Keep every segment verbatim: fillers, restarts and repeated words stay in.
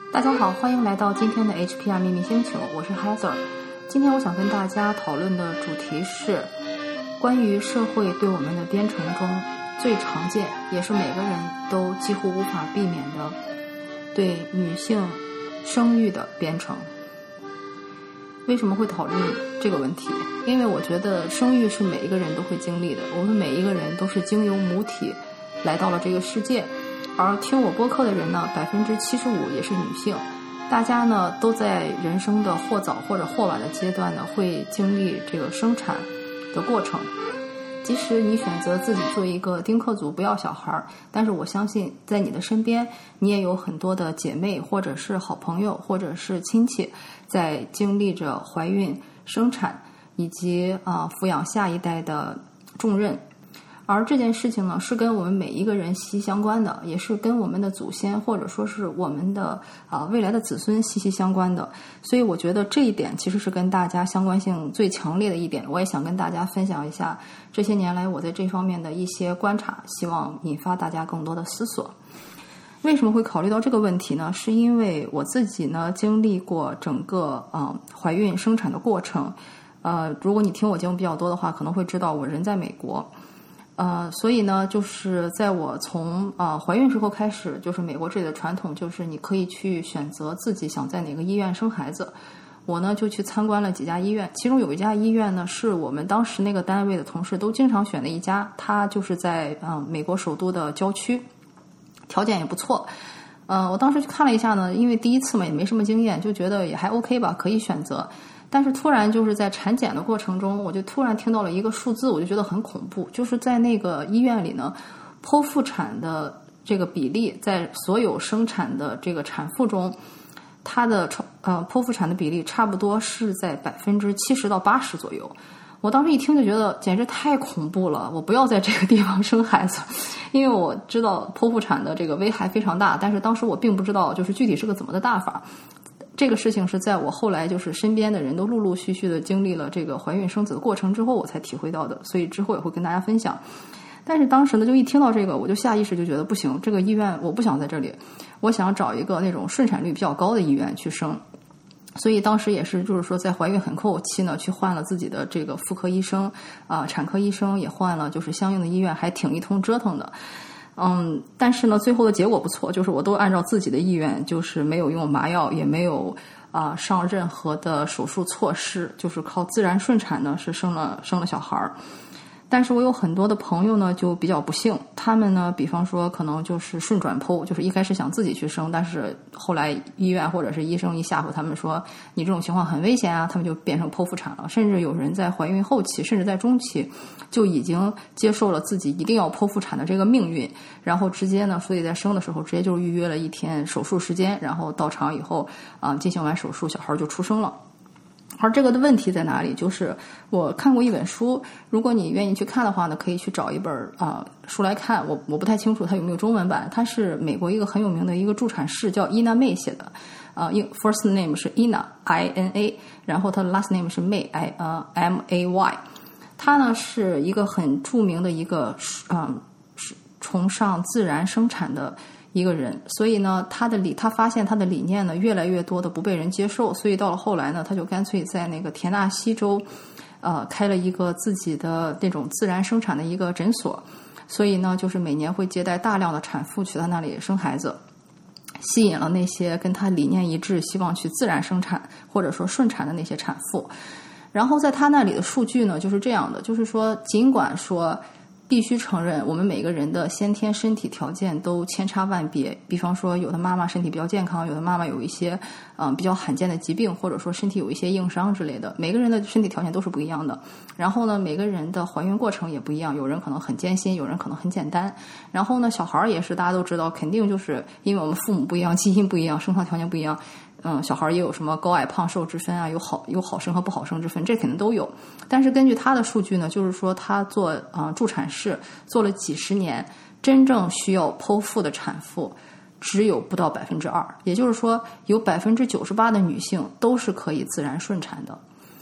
大家好，欢迎来到今天的 H P R 秘密星球，我是 Heather。今天我想跟大家讨论的主题是关于社会对我们的编程中最常见，也是每个人都几乎无法避免的对女性生育的编程。为什么会讨论这个问题？因为我觉得生育是每一个人都会经历的，我们每一个人都是经由母体来到了这个世界，而听我播客的人呢，百分之七十五也是女性。大家呢都在人生的或早或者或晚的阶段呢，会经历这个生产的过程。即使你选择自己做一个丁克族，不要小孩，但是我相信在你的身边，你也有很多的姐妹，或者是好朋友，或者是亲戚，在经历着怀孕、生产以及啊、呃、抚养下一代的重任。而这件事情呢，是跟我们每一个人息息相关的，也是跟我们的祖先或者说是我们的啊、呃、未来的子孙息息相关的。所以我觉得这一点其实是跟大家相关性最强烈的一点。我也想跟大家分享一下这些年来我在这方面的一些观察，希望引发大家更多的思索。为什么会考虑到这个问题呢？是因为我自己呢经历过整个啊、呃、怀孕生产的过程。呃，如果你听我节目比较多的话，可能会知道我人在美国。呃，所以呢，就是在我从呃怀孕时候开始，就是美国这里的传统，就是你可以去选择自己想在哪个医院生孩子。我呢就去参观了几家医院，其中有一家医院呢是我们当时那个单位的同事都经常选的一家，它就是在呃美国首都的郊区，条件也不错。呃，我当时去看了一下呢，因为第一次嘛也没什么经验，就觉得也还 OK 吧，可以选择。但是突然就是在产检的过程中，我就突然听到了一个数字，我就觉得很恐怖。就是在那个医院里呢，剖腹产的这个比例，在所有生产的这个产妇中，它的呃剖腹产的比例差不多是在百分之七十到八十左右。我当时一听就觉得简直太恐怖了，我不要在这个地方生孩子，因为我知道剖腹产的这个危害非常大，但是当时我并不知道就是具体是个怎么的大法。这个事情是在我后来就是身边的人都陆陆续续的经历了这个怀孕生子的过程之后我才体会到的，所以之后也会跟大家分享。但是当时呢就一听到这个，我就下意识就觉得不行，这个医院我不想在这里，我想找一个那种顺产率比较高的医院去生。所以当时也是就是说在怀孕很后期呢，去换了自己的这个妇科医生啊、呃、产科医生，也换了就是相应的医院，还挺一通折腾的。嗯，但是呢，最后的结果不错，就是我都按照自己的意愿，就是没有用麻药，也没有啊、呃、上任何的手术措施，就是靠自然顺产呢是生了生了小孩儿。但是我有很多的朋友呢就比较不幸，他们呢比方说可能就是顺转剖，就是一开始想自己去生，但是后来医院或者是医生一吓唬他们说你这种情况很危险啊，他们就变成剖腹产了。甚至有人在怀孕后期甚至在中期就已经接受了自己一定要剖腹产的这个命运，然后直接呢所以在生的时候直接就预约了一天手术时间，然后到场以后啊、呃、进行完手术，小孩就出生了。而这个的问题在哪里？就是我看过一本书，如果你愿意去看的话呢，可以去找一本啊、呃、书来看。我我不太清楚它有没有中文版，它是美国一个很有名的一个助产士叫伊娜妹写的，啊、呃、，first name 是 Ina I N A， 然后她的 last name 是 May I 呃 M A Y。她呢是一个很著名的一个啊、呃、崇尚自然生产的一个人，所以呢他的理他发现他的理念呢越来越多的不被人接受，所以到了后来呢他就干脆在那个田纳西州呃开了一个自己的那种自然生产的一个诊所，所以呢就是每年会接待大量的产妇去他那里生孩子，吸引了那些跟他理念一致希望去自然生产或者说顺产的那些产妇。然后在他那里的数据呢就是这样的，就是说尽管说必须承认我们每个人的先天身体条件都千差万别，比方说有的妈妈身体比较健康，有的妈妈有一些嗯、呃、比较罕见的疾病，或者说身体有一些硬伤之类的，每个人的身体条件都是不一样的。然后呢每个人的怀孕过程也不一样，有人可能很艰辛，有人可能很简单。然后呢小孩也是大家都知道，肯定就是因为我们父母不一样，基因不一样，生长条件不一样，嗯，小孩也有什么高矮胖瘦之分啊，有好有好生和不好生之分，这肯定都有。但是根据他的数据呢，就是说他做啊、呃、助产士做了几十年，真正需要剖腹的产妇只有不到百分之二，也就是说有百分之九十八的女性都是可以自然顺产的。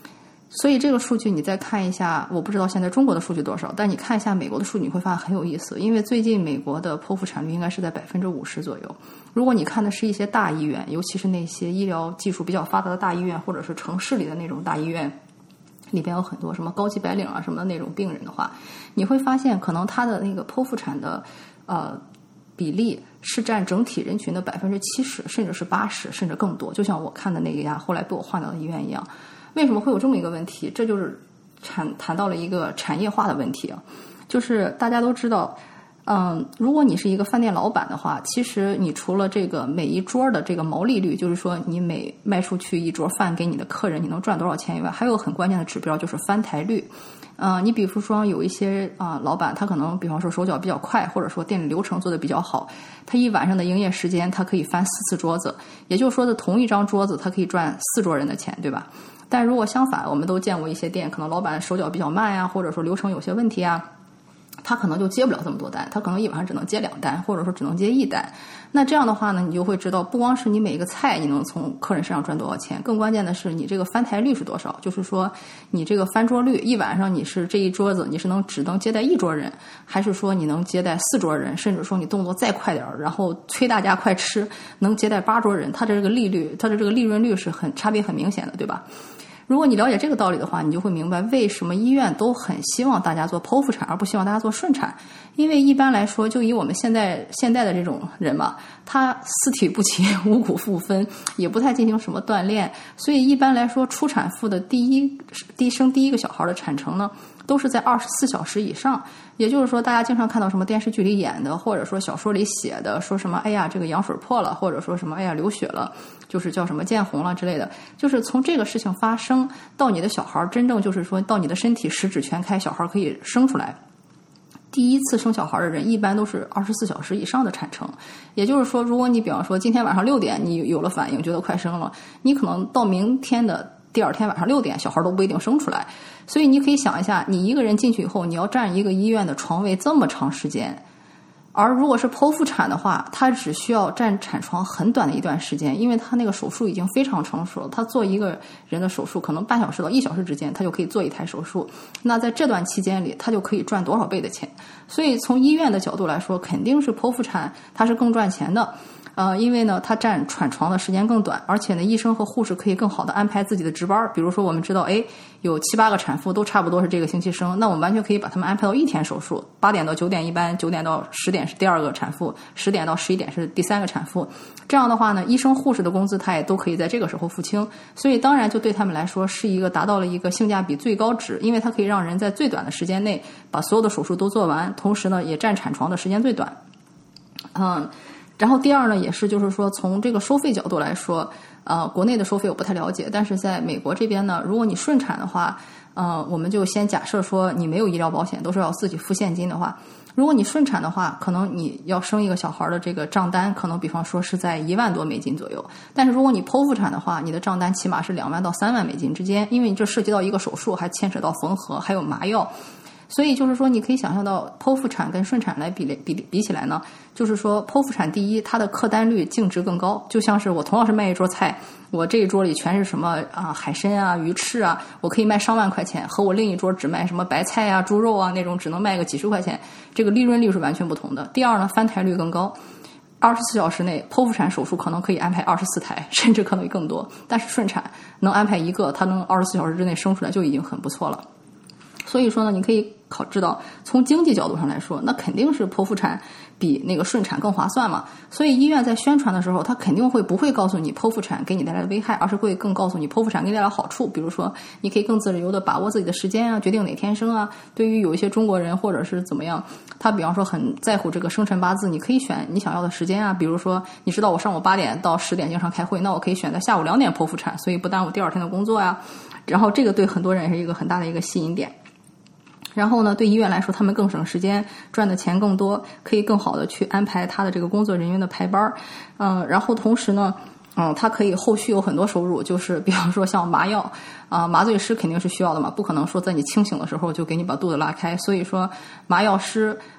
所以这个数据你再看一下，我不知道现在中国的数据多少，但你看一下美国的数据，你会发现很有意思。因为最近美国的剖腹产率应该是在百分之五十左右。如果你看的是一些大医院，尤其是那些医疗技术比较发达的大医院，或者是城市里的那种大医院，里边有很多什么高级白领啊什么的那种病人的话，你会发现可能他的那个剖腹产的呃比例是占整体人群的百分之七十，甚至是八十，甚至更多。就像我看的那一家后来被我换到的医院一样。为什么会有这么一个问题？这就是产谈到了一个产业化的问题啊，就是大家都知道，嗯，如果你是一个饭店老板的话，其实你除了这个每一桌的这个毛利率，就是说你每卖出去一桌饭给你的客人，你能赚多少钱以外，还有很关键的指标就是翻台率。嗯，你比如说有一些啊、呃、老板，他可能比方说手脚比较快，或者说店里流程做得比较好，他一晚上的营业时间他可以翻四次桌子，也就是说的同一张桌子他可以赚四桌人的钱，对吧？但如果相反，我们都见过一些店，可能老板手脚比较慢呀，或者说流程有些问题啊，他可能就接不了这么多单，他可能一晚上只能接两单，或者说只能接一单。那这样的话呢，你就会知道，不光是你每一个菜你能从客人身上赚多少钱，更关键的是你这个翻台率是多少，就是说你这个翻桌率，一晚上你是这一桌子你是能只能接待一桌人，还是说你能接待四桌人，甚至说你动作再快点，然后催大家快吃，能接待八桌人，它的这个利率，它的这个利润率是很差别很明显的，对吧？如果你了解这个道理的话，你就会明白为什么医院都很希望大家做剖腹产，而不希望大家做顺产。因为一般来说，就以我们现在现在的这种人嘛，他四体不勤，五谷不分，也不太进行什么锻炼，所以一般来说，初产妇的第一第生第一个小孩的产程呢，都是在二十四小时以上。也就是说，大家经常看到什么电视剧里演的，或者说小说里写的，说什么哎呀这个羊水破了，或者说什么哎呀流血了，就是叫什么见红了之类的，就是从这个事情发生到你的小孩真正就是说到你的身体十指全开，小孩可以生出来，第一次生小孩的人一般都是二十四小时以上的产程。也就是说，如果你比方说今天晚上六点你有了反应，觉得快生了，你可能到明天的第二天晚上六点小孩都不一定生出来。所以你可以想一下，你一个人进去以后，你要占一个医院的床位这么长时间，而如果是剖腹产的话，他只需要占产床很短的一段时间，因为他那个手术已经非常成熟了，他做一个人的手术可能半小时到一小时之间他就可以做一台手术，那在这段期间里他就可以赚多少倍的钱。所以从医院的角度来说，肯定是剖腹产它是更赚钱的。呃，因为呢，它占产床的时间更短，而且呢，医生和护士可以更好的安排自己的值班。比如说，我们知道，哎，有七八个产妇都差不多是这个星期生，那我们完全可以把他们安排到一天手术，八点到九点一班，九点到十点是第二个产妇，十点到十一点是第三个产妇。这样的话呢，医生护士的工资他也都可以在这个时候付清，所以当然就对他们来说是一个达到了一个性价比最高值，因为它可以让人在最短的时间内把所有的手术都做完，同时呢，也占产床的时间最短。嗯。然后第二呢，也是就是说从这个收费角度来说，呃，国内的收费我不太了解，但是在美国这边呢，如果你顺产的话，呃，我们就先假设说你没有医疗保险，都是要自己付现金的话，如果你顺产的话，可能你要生一个小孩的这个账单，可能比方说是在一万多美金左右，但是如果你剖腹产的话，你的账单起码是两万到三万美金之间，因为你这涉及到一个手术，还牵扯到缝合，还有麻药。所以就是说，你可以想象到剖腹产跟顺产来比比比起来呢，就是说剖腹产第一，它的客单率净值更高，就像是我同样是卖一桌菜，我这一桌里全是什么啊海参啊、鱼翅啊，我可以卖上万块钱，和我另一桌只卖什么白菜啊、猪肉啊那种只能卖个几十块钱，这个利润率是完全不同的。第二呢，翻台率更高，二十四小时内剖腹产手术可能可以安排二十四台，甚至可能更多，但是顺产能安排一个，它能二十四小时之内生出来就已经很不错了。所以说呢，你可以考知道，从经济角度上来说，那肯定是剖腹产比那个顺产更划算嘛。所以医院在宣传的时候，他肯定会不会告诉你剖腹产给你带来的危害，而是会更告诉你剖腹产给你带来好处。比如说，你可以更自由的把握自己的时间啊，决定哪天生啊。对于有一些中国人或者是怎么样，他比方说很在乎这个生辰八字，你可以选你想要的时间啊。比如说，你知道我上午八点到十点经常开会，那我可以选在下午两点剖腹产，所以不耽误第二天的工作呀。然后这个对很多人是一个很大的一个吸引点。然后呢，对医院来说，他们更省时间，赚的钱更多，可以更好的去安排他的这个工作人员的排班。嗯，然后同时呢，嗯，他可以后续有很多收入，就是比方说像麻药啊、呃，麻醉师肯定是需要的嘛，不可能说在你清醒的时候就给你把肚子拉开，所以说麻药师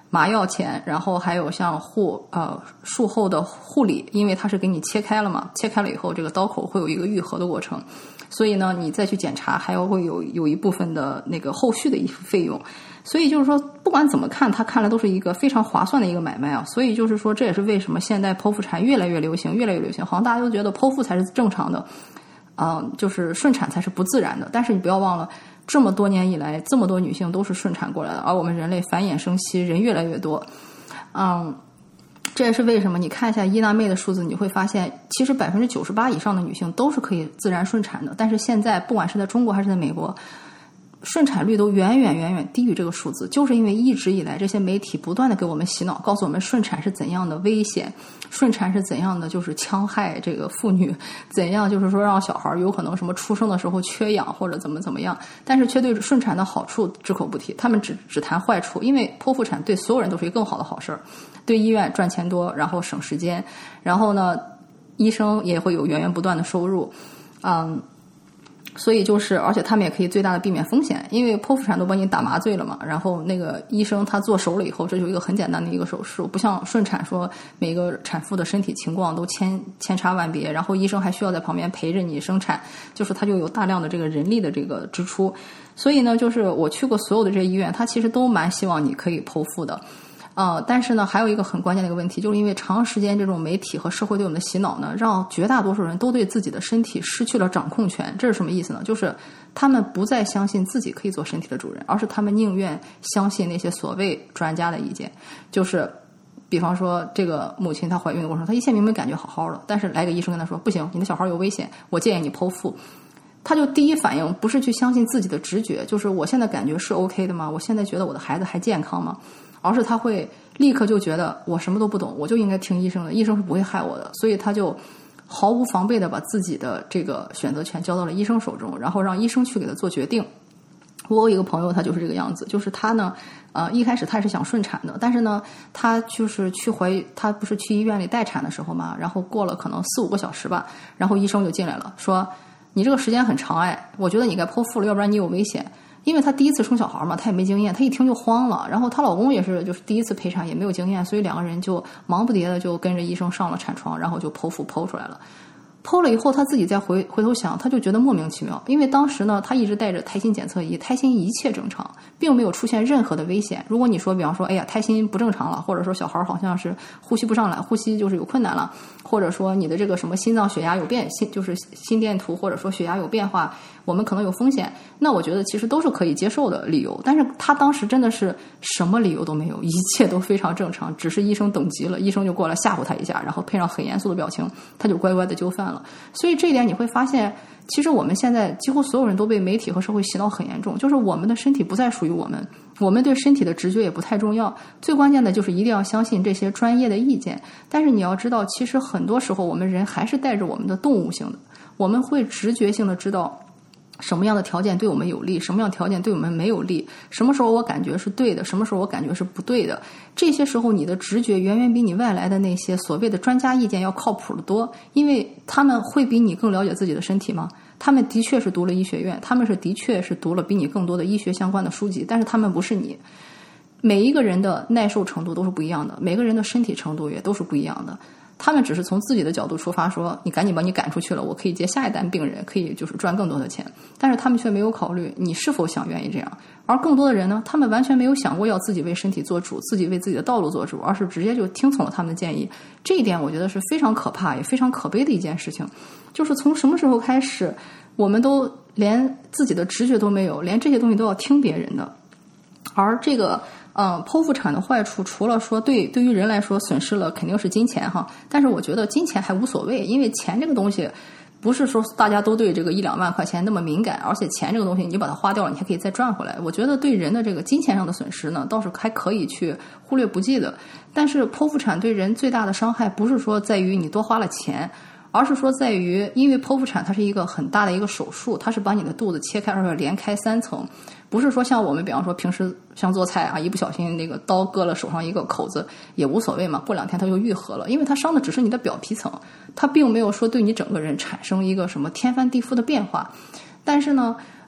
麻药钱，然后还有像护呃术后的护理，因为它是给你切开了嘛，切开了以后这个刀口会有一个愈合的过程，所以呢你再去检查还要会有有一部分的那个后续的一费用，所以就是说不管怎么看，它看来都是一个非常划算的一个买卖啊。所以就是说这也是为什么现在剖腹产越来越流行越来越流行，好像大家都觉得剖腹才是正常的，嗯、呃，就是顺产才是不自然的。但是你不要忘了，这么多年以来这么多女性都是顺产过来的，而我们人类繁衍生息，人越来越多，嗯，这也是为什么你看一下伊娜妹的数字，你会发现其实百分之九十八以上的女性都是可以自然顺产的，但是现在不管是在中国还是在美国，顺产率都远远远远低于这个数字，就是因为一直以来这些媒体不断的给我们洗脑，告诉我们顺产是怎样的危险，顺产是怎样的就是戕害这个妇女，怎样就是说让小孩有可能什么出生的时候缺氧或者怎么怎么样，但是却对顺产的好处只口不提，他们只只谈坏处，因为剖腹产对所有人都是一个更好的好事儿，对医院赚钱多，然后省时间，然后呢医生也会有源源不断的收入，嗯。所以就是，而且他们也可以最大的避免风险，因为剖腹产都帮你打麻醉了嘛，然后那个医生他做熟了以后，这就一个很简单的一个手术，不像顺产说每个产妇的身体情况都千千差万别，然后医生还需要在旁边陪着你生产，就是他就有大量的这个人力的这个支出，所以呢，就是我去过所有的这些医院，他其实都蛮希望你可以剖腹的。呃，但是呢，还有一个很关键的一个问题，就是因为长时间这种媒体和社会对我们的洗脑呢，让绝大多数人都对自己的身体失去了掌控权。这是什么意思呢？就是他们不再相信自己可以做身体的主人，而是他们宁愿相信那些所谓专家的意见。就是比方说这个母亲她怀孕的过程，她一切明明感觉好好的，但是来个医生跟她说不行，你的小孩有危险，我建议你剖腹。他就第一反应不是去相信自己的直觉，就是我现在感觉是 OK 的吗？我现在觉得我的孩子还健康吗？而是他会立刻就觉得我什么都不懂，我就应该听医生的，医生是不会害我的，所以他就毫无防备的把自己的这个选择权交到了医生手中，然后让医生去给他做决定。我有一个朋友，他就是这个样子，就是他呢，呃，一开始他也是想顺产的，但是呢，他就是去怀，他不是去医院里待产的时候嘛，然后过了可能四五个小时吧，然后医生就进来了，说你这个时间很长哎，我觉得你该剖腹了，要不然你有危险。因为她第一次生小孩嘛，她也没经验，她一听就慌了。然后她老公也是，就是第一次陪产也没有经验，所以两个人就忙不迭的就跟着医生上了产床，然后就剖腹剖出来了。剖了以后，她自己再回回头想，她就觉得莫名其妙，因为当时呢，她一直带着胎心检测仪，胎心一切正常，并没有出现任何的危险。如果你说，比方说，哎呀，胎心不正常了，或者说小孩好像是呼吸不上来，呼吸就是有困难了，或者说你的这个什么心脏血压有变，心就是心电图或者说血压有变化，我们可能有风险，那我觉得其实都是可以接受的理由。但是她当时真的是什么理由都没有，一切都非常正常，只是医生等急了，医生就过来吓唬她一下，然后配上很严肃的表情，她就乖乖的就范了。所以这一点你会发现，其实我们现在几乎所有人都被媒体和社会洗脑很严重，就是我们的身体不再属于我们，我们对身体的直觉也不太重要，最关键的就是一定要相信这些专业的意见。但是你要知道，其实很多时候我们人还是带着我们的动物性的，我们会直觉性的知道什么样的条件对我们有利，什么样的条件对我们没有利，什么时候我感觉是对的，什么时候我感觉是不对的。这些时候你的直觉远远比你外来的那些所谓的专家意见要靠谱得多，因为他们会比你更了解自己的身体吗？他们的确是读了医学院，他们是的确是读了比你更多的医学相关的书籍，但是他们不是你。每一个人的耐受程度都是不一样的，每个人的身体程度也都是不一样的，他们只是从自己的角度出发，说你赶紧把你赶出去了，我可以接下一单病人，可以就是赚更多的钱，但是他们却没有考虑你是否想愿意这样。而更多的人呢，他们完全没有想过要自己为身体做主，自己为自己的道路做主，而是直接就听从了他们的建议。这一点我觉得是非常可怕也非常可悲的一件事情，就是从什么时候开始我们都连自己的直觉都没有，连这些东西都要听别人的。而这个嗯，剖腹产的坏处，除了说对对于人来说损失了肯定是金钱哈，但是我觉得金钱还无所谓，因为钱这个东西不是说大家都对这个一两万块钱那么敏感，而且钱这个东西你把它花掉了，你还可以再赚回来。我觉得对人的这个金钱上的损失呢，倒是还可以去忽略不计的。但是剖腹产对人最大的伤害，不是说在于你多花了钱，而是说在于，因为剖腹产它是一个很大的一个手术，它是把你的肚子切开，而且连开三层，不是说像我们比方说平时像做菜啊，一不小心那个刀割了手上一个口子也无所谓嘛，过两天它就愈合了，因为它伤的只是你的表皮层，它并没有说对你整个人产生一个什么天翻地覆的变化。但是呢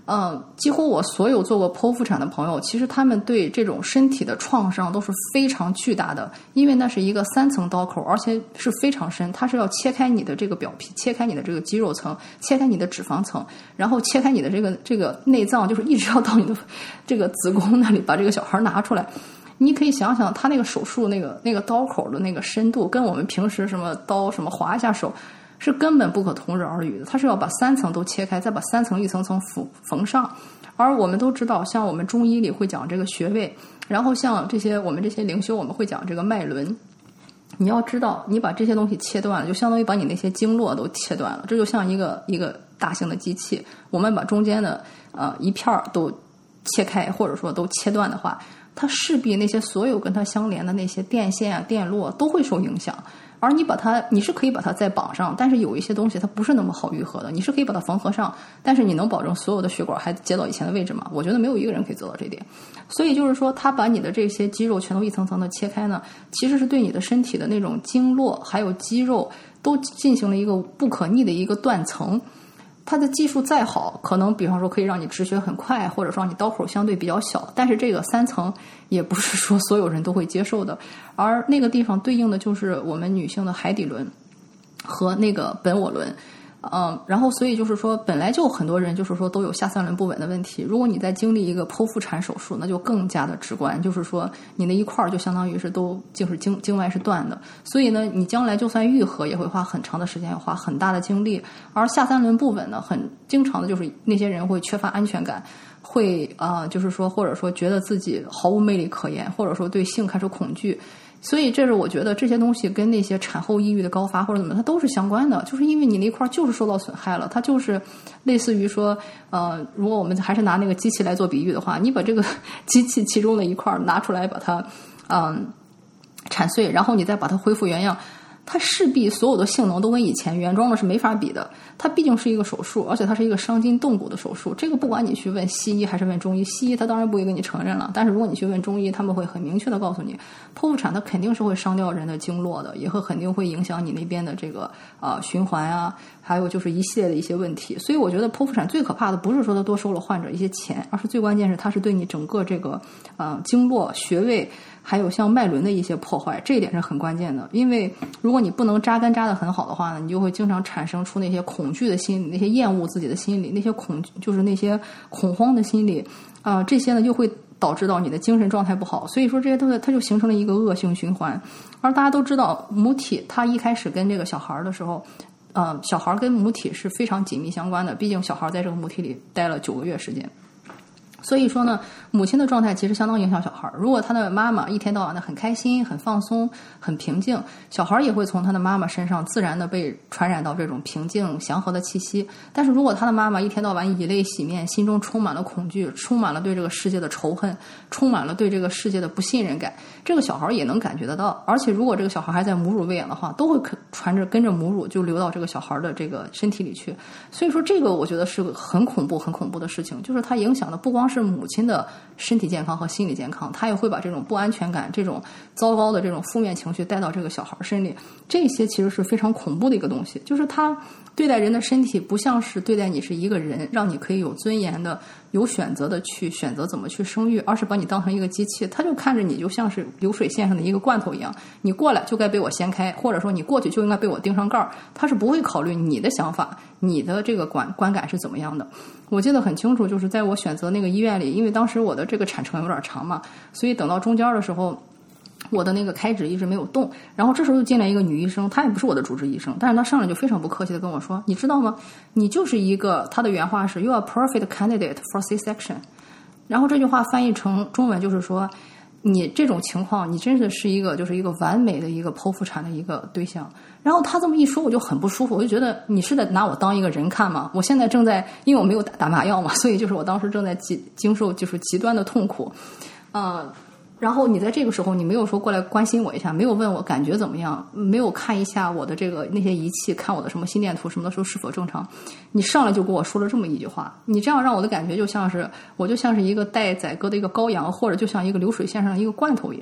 嗯，几乎我所有做过剖腹产的朋友，其实他们对这种身体的创伤都是非常巨大的，因为那是一个三层刀口，而且是非常深，它是要切开你的这个表皮，切开你的这个肌肉层，切开你的脂肪层，然后切开你的这个这个内脏，就是一直要到你的这个子宫那里把这个小孩拿出来。你可以想想他那个手术那个那个刀口的那个深度，跟我们平时什么刀什么划一下手是根本不可同日而语的，它是要把三层都切开，再把三层一层层缝缝上。而我们都知道，像我们中医里会讲这个穴位，然后像这些我们这些灵修我们会讲这个脉轮。你要知道，你把这些东西切断了，就相当于把你那些经络都切断了，这就像一个一个大型的机器，我们把中间的呃一片都切开，或者说都切断的话，它势必那些所有跟它相连的那些电线啊电路都会受影响。而你把它，你是可以把它再绑上，但是有一些东西它不是那么好愈合的，你是可以把它缝合上，但是你能保证所有的血管还接到以前的位置吗？我觉得没有一个人可以做到这一点。所以就是说，它把你的这些肌肉全都一层层的切开呢，其实是对你的身体的那种经络还有肌肉都进行了一个不可逆的一个断层。它的技术再好，可能比方说可以让你止血很快，或者说你刀口相对比较小，但是这个三层也不是说所有人都会接受的。而那个地方对应的就是我们女性的海底轮和那个本我轮。嗯，然后所以就是说，本来就很多人就是说都有下三轮不稳的问题。如果你在经历一个剖腹产手术，那就更加的直观，就是说你那一块就相当于是都就是经经脉是断的，所以呢，你将来就算愈合也会花很长的时间，要花很大的精力。而下三轮不稳呢，很经常的就是那些人会缺乏安全感，会啊、呃，就是说或者说觉得自己毫无魅力可言，或者说对性开始恐惧。所以这是我觉得这些东西跟那些产后抑郁的高发或者怎么，它都是相关的，就是因为你那块就是受到损害了，它就是类似于说，呃，如果我们还是拿那个机器来做比喻的话，你把这个机器其中的一块拿出来，把它嗯、呃、铲碎，然后你再把它恢复原样。它势必所有的性能都跟以前原装的是没法比的，它毕竟是一个手术，而且它是一个伤筋动骨的手术。这个不管你去问西医还是问中医，西医他当然不会跟你承认了，但是如果你去问中医，他们会很明确的告诉你，剖腹产它肯定是会伤掉人的经络的，也会肯定会影响你那边的这个啊、呃、循环啊，还有就是一系列的一些问题。所以我觉得剖腹产最可怕的不是说它多收了患者一些钱，而是最关键是它是对你整个这个呃经络穴位还有像脉轮的一些破坏，这一点是很关键的。因为如果你不能扎根扎得很好的话呢，你就会经常产生出那些恐惧的心理，那些厌恶自己的心理，那些恐就是那些恐慌的心理啊、呃，这些呢就会导致到你的精神状态不好。所以说这些都它就形成了一个恶性循环。而大家都知道，母体它一开始跟这个小孩的时候，呃，小孩跟母体是非常紧密相关的，毕竟小孩在这个母体里待了九个月时间。所以说呢，母亲的状态其实相当影响小孩。如果他的妈妈一天到晚的很开心、很放松、很平静，小孩也会从他的妈妈身上自然的被传染到这种平静、祥和的气息。但是如果他的妈妈一天到晚以泪洗面，心中充满了恐惧，充满了对这个世界的仇恨，充满了对这个世界的不信任感，这个小孩也能感觉得到。而且如果这个小孩还在母乳喂养的话，都会传着跟着母乳就流到这个小孩的这个身体里去。所以说这个我觉得是个很恐怖、很恐怖的事情，就是它影响的不光是母亲的身体健康和心理健康，他也会把这种不安全感、这种糟糕的这种负面情绪带到这个小孩身里。这些其实是非常恐怖的一个东西，就是他对待人的身体不像是对待你是一个人，让你可以有尊严的、有选择的去选择怎么去生育，而是把你当成一个机器。他就看着你就像是流水线上的一个罐头一样，你过来就该被我掀开，或者说你过去就应该被我钉上盖。他是不会考虑你的想法、你的这个观观感是怎么样的。我记得很清楚，就是在我选择那个医院里，因为当时我的这个产程有点长嘛，所以等到中间的时候，我的那个开指一直没有动。然后这时候就进来一个女医生，她也不是我的主治医生，但是她上来就非常不客气的跟我说，你知道吗，你就是一个，她的原话是 You are a perfect candidate for C-section。 然后这句话翻译成中文就是说，你这种情况你真的是一个就是一个完美的一个剖腹产的一个对象。然后他这么一说我就很不舒服，我就觉得你是在拿我当一个人看吗？我现在正在，因为我没有打打麻药嘛，所以就是我当时正在经经受就是极端的痛苦，呃然后你在这个时候你没有说过来关心我一下，没有问我感觉怎么样，没有看一下我的这个那些仪器，看我的什么心电图什么的时候是否正常，你上来就跟我说了这么一句话，你这样让我的感觉就像是我就像是一个待宰割的一个羔羊，或者就像一个流水线上的一个罐头一样。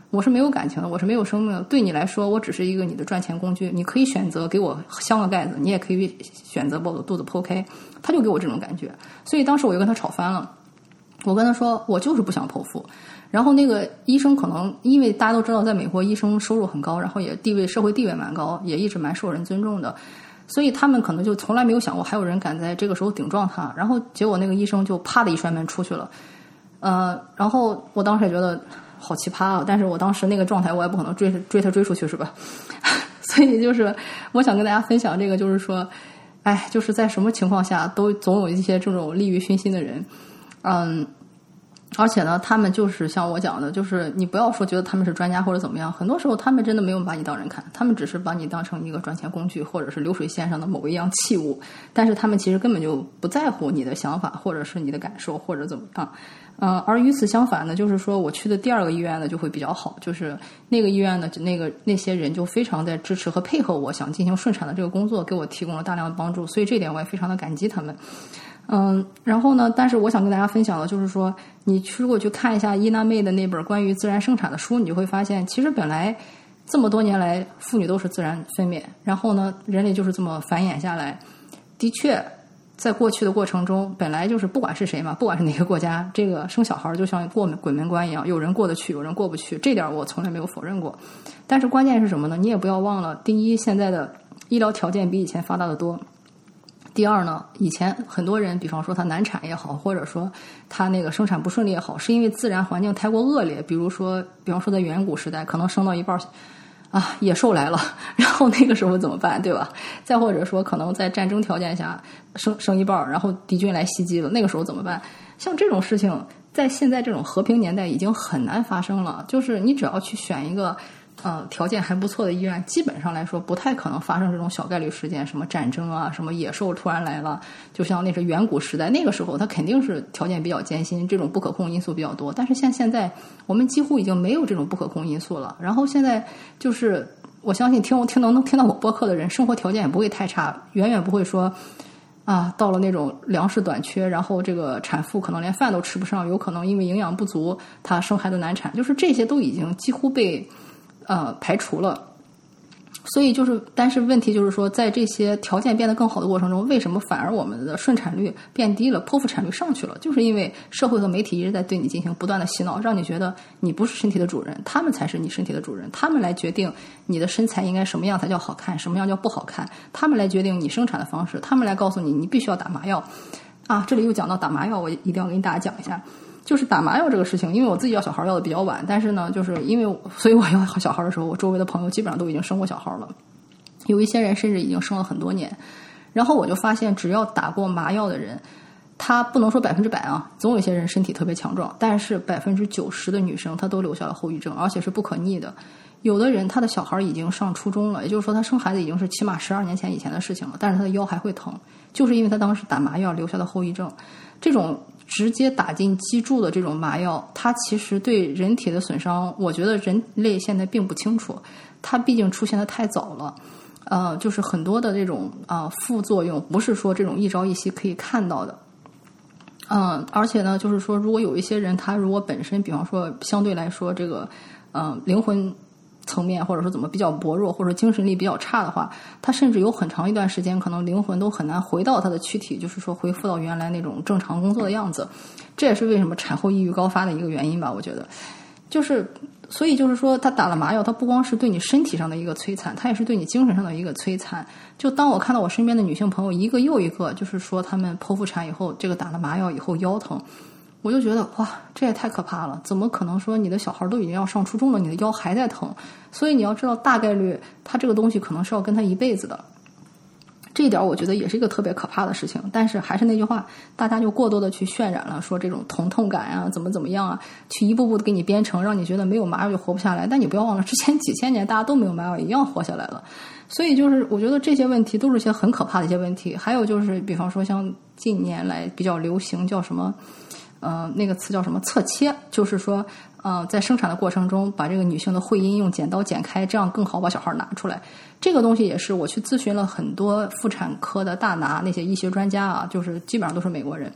我是没有感情的，我是没有生命的，对你来说我只是一个你的赚钱工具，你可以选择给我镶个盖子，你也可以选择把我的肚子剖开，他就给我这种感觉。所以当时我就跟他吵翻了，我跟他说我就是不想剖腹。然后那个医生可能因为大家都知道在美国医生收入很高，然后也地位社会地位蛮高，也一直蛮受人尊重的，所以他们可能就从来没有想过还有人敢在这个时候顶撞他。然后结果那个医生就啪的一摔门出去了。呃，然后我当时也觉得好奇葩啊，但是我当时那个状态我也不可能追追他追出去是吧？所以就是我想跟大家分享这个，就是说哎，就是在什么情况下都总有一些这种利欲熏心的人。嗯，而且呢他们就是像我讲的，就是你不要说觉得他们是专家或者怎么样，很多时候他们真的没有把你当人看，他们只是把你当成一个赚钱工具或者是流水线上的某一样器物，但是他们其实根本就不在乎你的想法或者是你的感受或者怎么样。呃，而与此相反呢，就是说我去的第二个医院呢就会比较好，就是那个医院呢那个那些人就非常在支持和配合我想进行顺产的这个工作，给我提供了大量的帮助，所以这点我也非常的感激他们。嗯，然后呢，但是我想跟大家分享的就是说，你如果去看一下伊娜妹的那本关于自然生产的书，你就会发现其实本来这么多年来妇女都是自然分娩，然后呢人类就是这么繁衍下来。的确在过去的过程中本来就是不管是谁嘛，不管是哪个国家，这个生小孩就像过鬼门关一样，有人过得去有人过不去，这点我从来没有否认过。但是关键是什么呢？你也不要忘了，第一，现在的医疗条件比以前发达得多，第二呢，以前很多人比方说他难产也好，或者说他那个生产不顺利也好，是因为自然环境太过恶劣，比如说比方说在远古时代可能生到一半啊野兽来了，然后那个时候怎么办，对吧？再或者说可能在战争条件下生生一半，然后敌军来袭击了，那个时候怎么办？像这种事情在现在这种和平年代已经很难发生了，就是你只要去选一个呃，条件还不错的医院，基本上来说不太可能发生这种小概率事件，什么战争啊，什么野兽突然来了，就像那是远古时代，那个时候它肯定是条件比较艰辛，这种不可控因素比较多。但是像现在我们几乎已经没有这种不可控因素了。然后现在就是我相信听我听能能听到我播客的人，生活条件也不会太差，远远不会说啊，到了那种粮食短缺，然后这个产妇可能连饭都吃不上，有可能因为营养不足她生孩子难产，就是这些都已经几乎被呃，排除了。所以就是，但是问题就是说，在这些条件变得更好的过程中，为什么反而我们的顺产率变低了，剖腹产率上去了？就是因为社会和媒体一直在对你进行不断的洗脑，让你觉得你不是身体的主人，他们才是你身体的主人，他们来决定你的身材应该什么样才叫好看，什么样叫不好看，他们来决定你生产的方式，他们来告诉你你必须要打麻药啊！这里又讲到打麻药，我一定要跟大家讲一下。就是打麻药这个事情，因为我自己要小孩要的比较晚，但是呢，就是因为所以我要小孩的时候，我周围的朋友基本上都已经生过小孩了，有一些人甚至已经生了很多年。然后我就发现，只要打过麻药的人，他不能说百分之百啊，总有一些人身体特别强壮，但是百分之九十的女生她都留下了后遗症，而且是不可逆的。有的人他的小孩已经上初中了，也就是说他生孩子已经是起码十二年前以前的事情了，但是他的腰还会疼，就是因为他当时打麻药留下的后遗症。这种直接打进脊柱的这种麻药，它其实对人体的损伤，我觉得人类现在并不清楚，它毕竟出现的太早了。呃，就是很多的这种啊、呃、副作用，不是说这种一朝一夕可以看到的。嗯，而且呢，就是说，如果有一些人，他如果本身，比方说相对来说这个，嗯、呃，灵魂层面或者说怎么比较薄弱，或者精神力比较差的话，他甚至有很长一段时间可能灵魂都很难回到他的躯体，就是说恢复到原来那种正常工作的样子。这也是为什么产后抑郁高发的一个原因吧，我觉得。就是所以就是说他打了麻药，他不光是对你身体上的一个摧残，他也是对你精神上的一个摧残。就当我看到我身边的女性朋友一个又一个就是说他们剖腹产以后，这个打了麻药以后腰疼，我就觉得哇，这也太可怕了！怎么可能说你的小孩都已经要上初中了，你的腰还在疼？所以你要知道，大概率他这个东西可能是要跟他一辈子的。这一点我觉得也是一个特别可怕的事情。但是还是那句话，大家就过多的去渲染了，说这种疼痛感啊，怎么怎么样啊，去一步步的给你编程，让你觉得没有麻药就活不下来。但你不要忘了，之前几千年大家都没有麻药，一样活下来了。所以就是我觉得这些问题都是一些很可怕的一些问题。还有就是比方说像近年来比较流行叫什么呃，那个词叫什么侧切，就是说呃，在生产的过程中把这个女性的会阴用剪刀剪开，这样更好把小孩拿出来。这个东西也是我去咨询了很多妇产科的大拿那些医学专家啊，就是基本上都是美国人，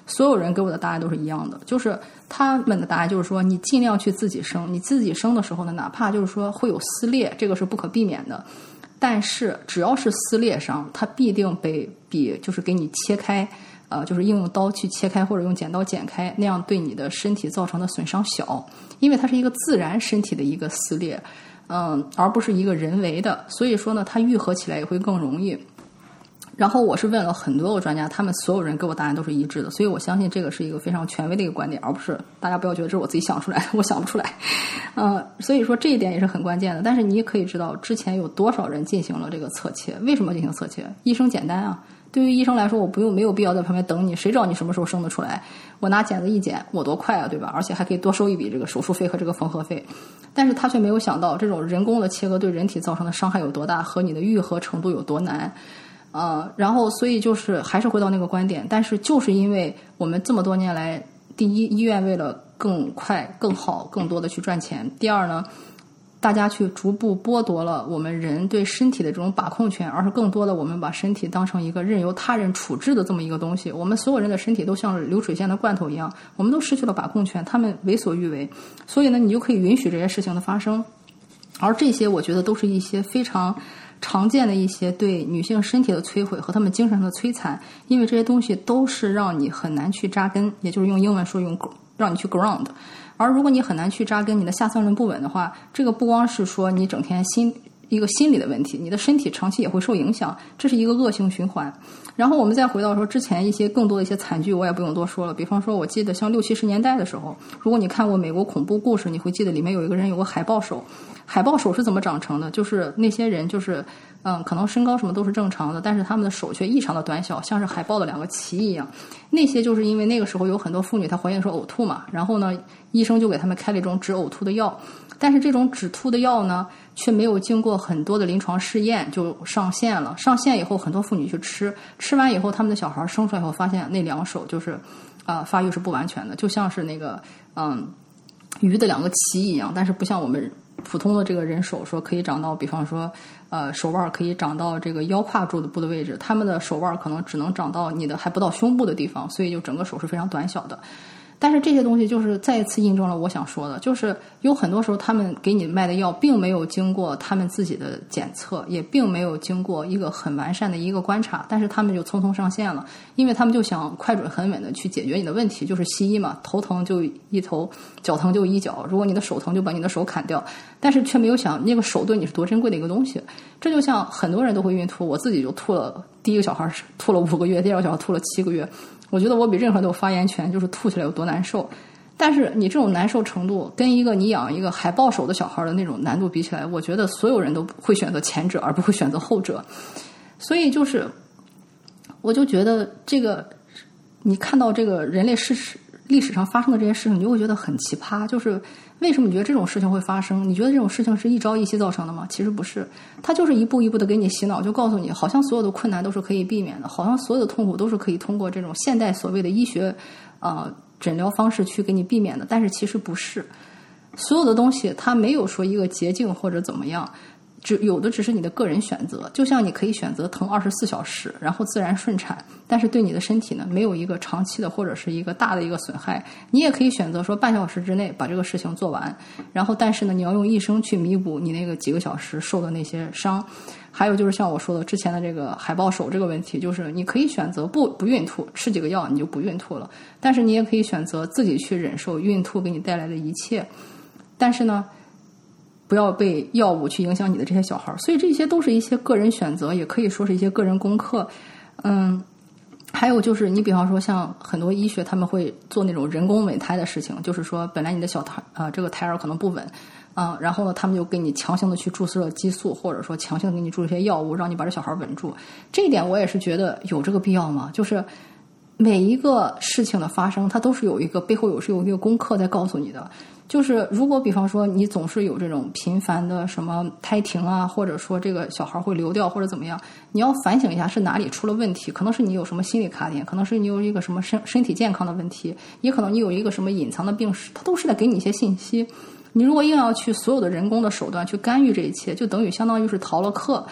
所有人给我的答案都是一样的，就是他们的答案就是说，你尽量去自己生，你自己生的时候呢，哪怕就是说会有撕裂，这个是不可避免的，但是只要是撕裂伤，它必定被比就是给你切开，呃，就是应用刀去切开或者用剪刀剪开，那样对你的身体造成的损伤小，因为它是一个自然身体的一个撕裂，嗯，而不是一个人为的，所以说呢，它愈合起来也会更容易。然后我是问了很多个专家，他们所有人给我答案都是一致的，所以我相信这个是一个非常权威的一个观点，而不是大家不要觉得这是我自己想出来的，我想不出来。嗯、呃，所以说这一点也是很关键的。但是你也可以知道之前有多少人进行了这个侧切，为什么进行侧切？医生简单啊，对于医生来说，我不用没有必要在旁边等你，谁知道你什么时候生得出来？我拿剪子一剪，我多快啊，对吧？而且还可以多收一笔这个手术费和这个缝合费。但是他却没有想到，这种人工的切割对人体造成的伤害有多大，和你的愈合程度有多难。呃，然后所以就是还是回到那个观点，但是就是因为我们这么多年来，第一，医院为了更快、更好、更多的去赚钱；第二呢，大家去逐步剥夺了我们人对身体的这种把控权，而是更多的我们把身体当成一个任由他人处置的这么一个东西。我们所有人的身体都像是流水线的罐头一样，我们都失去了把控权，他们为所欲为。所以呢，你就可以允许这些事情的发生，而这些我觉得都是一些非常常见的一些对女性身体的摧毁和她们精神上的摧残，因为这些东西都是让你很难去扎根，也就是用英文说用让你去 ground。而如果你很难去扎根，你的下三轮不稳的话，这个不光是说你整天心一个心理的问题，你的身体长期也会受影响，这是一个恶性循环。然后我们再回到说之前一些更多的一些惨剧，我也不用多说了。比方说我记得像六七十年代的时候，如果你看过美国恐怖故事，你会记得里面有一个人有个海豹手。海豹手是怎么长成的？就是那些人就是嗯，可能身高什么都是正常的，但是他们的手却异常的短小，像是海豹的两个鳍一样。那些就是因为那个时候有很多妇女她怀孕的时候呕吐嘛，然后呢医生就给他们开了一种止呕吐的药，但是这种止吐的药呢却没有经过很多的临床试验就上线了。上线以后很多妇女去吃，吃完以后他们的小孩生出来以后发现那两手就是啊、呃、发育是不完全的，就像是那个嗯鱼的两个鳍一样，但是不像我们普通的这个人手说可以长到比方说呃手腕可以长到这个腰胯处的部的位置，他们的手腕可能只能长到你的还不到胸部的地方，所以就整个手是非常短小的。但是这些东西就是再一次印证了我想说的，就是有很多时候他们给你卖的药并没有经过他们自己的检测，也并没有经过一个很完善的一个观察，但是他们就匆匆上线了，因为他们就想快准狠稳的去解决你的问题，就是西医嘛，头疼就一头，脚疼就一脚，如果你的手疼就把你的手砍掉，但是却没有想那个手对你是多珍贵的一个东西。这就像很多人都会孕吐，我自己就吐了，第一个小孩吐了五个月，第二个小孩吐了七个月，我觉得我比任何人都有发言权，就是吐起来有多难受。但是你这种难受程度跟一个你养一个海豹手的小孩的那种难度比起来，我觉得所有人都会选择前者而不会选择后者。所以就是我就觉得这个你看到这个人类史历史上发生的这些事情，你就会觉得很奇葩，就是为什么你觉得这种事情会发生？你觉得这种事情是一朝一夕造成的吗？其实不是，它就是一步一步的给你洗脑，就告诉你好像所有的困难都是可以避免的，好像所有的痛苦都是可以通过这种现代所谓的医学呃诊疗方式去给你避免的，但是其实不是，所有的东西它没有说一个捷径或者怎么样，只有的只是你的个人选择。就像你可以选择疼二十四小时然后自然顺产，但是对你的身体呢没有一个长期的或者是一个大的一个损害。你也可以选择说半小时之内把这个事情做完，然后但是呢你要用一生去弥补你那个几个小时受的那些伤。还有就是像我说的之前的这个海豹手这个问题，就是你可以选择不不孕吐，吃几个药你就不孕吐了，但是你也可以选择自己去忍受孕吐给你带来的一切，但是呢不要被药物去影响你的这些小孩。所以这些都是一些个人选择，也可以说是一些个人功课。嗯，还有就是你比方说像很多医学他们会做那种人工稳胎的事情，就是说本来你的小胎啊、呃、这个胎儿可能不稳啊、呃，然后呢他们就给你强行的去注射激素，或者说强行的给你注射一些药物让你把这小孩稳住。这一点我也是觉得有这个必要吗？就是每一个事情的发生它都是有一个背后有是有一个功课在告诉你的。就是如果比方说你总是有这种频繁的什么胎停啊，或者说这个小孩会流掉或者怎么样，你要反省一下是哪里出了问题，可能是你有什么心理卡点，可能是你有一个什么身身体健康的问题，也可能你有一个什么隐藏的病史，它都是在给你一些信息。你如果硬要去所有的人工的手段去干预这一切，就等于相当于是逃了课，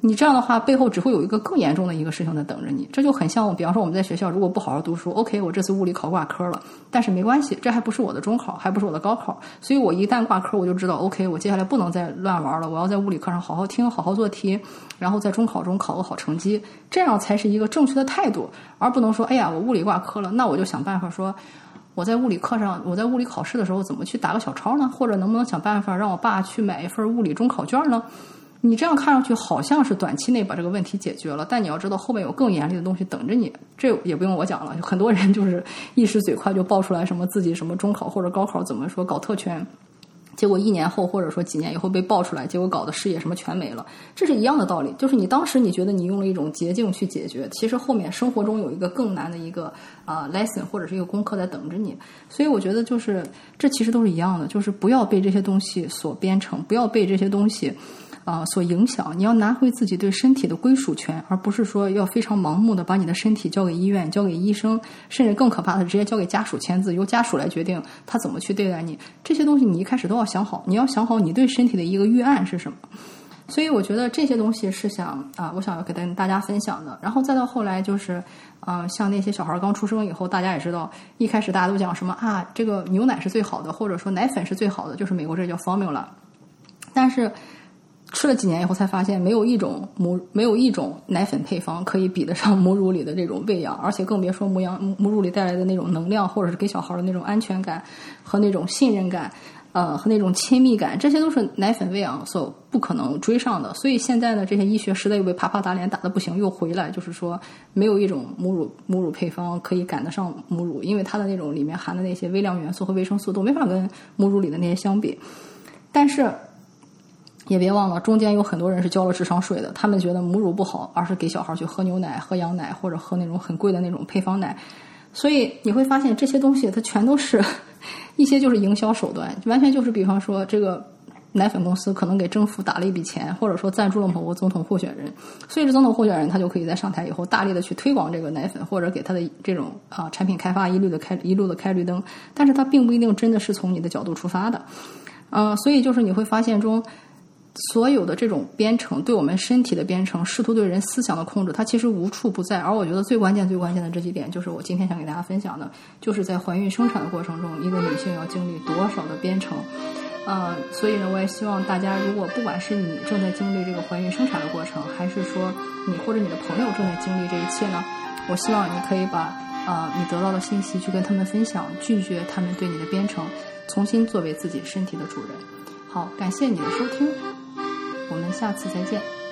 你这样的话背后只会有一个更严重的一个事情在等着你。这就很像比方说我们在学校如果不好好读书 OK 我这次物理考挂科了，但是没关系，这还不是我的中考，还不是我的高考，所以我一旦挂科我就知道 OK 我接下来不能再乱玩了，我要在物理课上好好听好好做题，然后在中考中考个好成绩，这样才是一个正确的态度，而不能说哎呀我物理挂科了，那我就想办法说我在物理课上我在物理考试的时候怎么去打个小抄呢，或者能不能想办法让我爸去买一份物理中考卷呢。你这样看上去好像是短期内把这个问题解决了，但你要知道后面有更严厉的东西等着你，这也不用我讲了，很多人就是一时嘴快就爆出来什么自己什么中考或者高考怎么说搞特权，结果一年后或者说几年以后被爆出来，结果搞的事业什么全没了，这是一样的道理，就是你当时你觉得你用了一种捷径去解决，其实后面生活中有一个更难的一个啊、呃、lesson 或者是一个功课在等着你。所以我觉得就是这其实都是一样的，就是不要被这些东西所编程，不要被这些东西啊、呃，所影响，你要拿回自己对身体的归属权，而不是说要非常盲目的把你的身体交给医院，交给医生，甚至更可怕的直接交给家属签字，由家属来决定他怎么去对待你。这些东西你一开始都要想好，你要想好你对身体的一个预案是什么。所以我觉得这些东西是想啊，我想要给大家分享的。然后再到后来就是，啊，像那些小孩刚出生以后，大家也知道，一开始大家都讲什么啊，这个牛奶是最好的，或者说奶粉是最好的，就是美国这叫 formula。但是吃了几年以后才发现，没有一种母没有一种奶粉配方可以比得上母乳里的这种喂养，而且更别说母养母乳里带来的那种能量，或者是给小孩的那种安全感和那种信任感，呃，和那种亲密感，这些都是奶粉喂养所不可能追上的。所以现在呢，这些医学实在又被啪啪打脸打得不行，又回来，就是说没有一种母乳母乳配方可以赶得上母乳，因为它的那种里面含的那些微量元素和维生素都没法跟母乳里的那些相比。但是也别忘了，中间有很多人是交了智商税的，他们觉得母乳不好，而是给小孩去喝牛奶、喝羊奶，或者喝那种很贵的那种配方奶。所以你会发现这些东西它全都是一些就是营销手段，完全就是比方说这个奶粉公司可能给政府打了一笔钱，或者说赞助了某个总统候选人，所以这总统候选人他就可以在上台以后大力的去推广这个奶粉，或者给他的这种啊产品开发一律的开一路的开绿灯，但是他并不一定真的是从你的角度出发的。嗯、呃，所以就是你会发现中所有的这种编程，对我们身体的编程，试图对人思想的控制，它其实无处不在。而我觉得最关键最关键的这几点，就是我今天想给大家分享的，就是在怀孕生产的过程中，一个女性要经历多少的编程。呃，所以呢，我也希望大家，如果不管是你正在经历这个怀孕生产的过程，还是说你或者你的朋友正在经历这一切呢，我希望你可以把呃你得到的信息去跟他们分享，拒绝他们对你的编程，重新作为自己身体的主人。好，感谢你的收听，我们下次再见。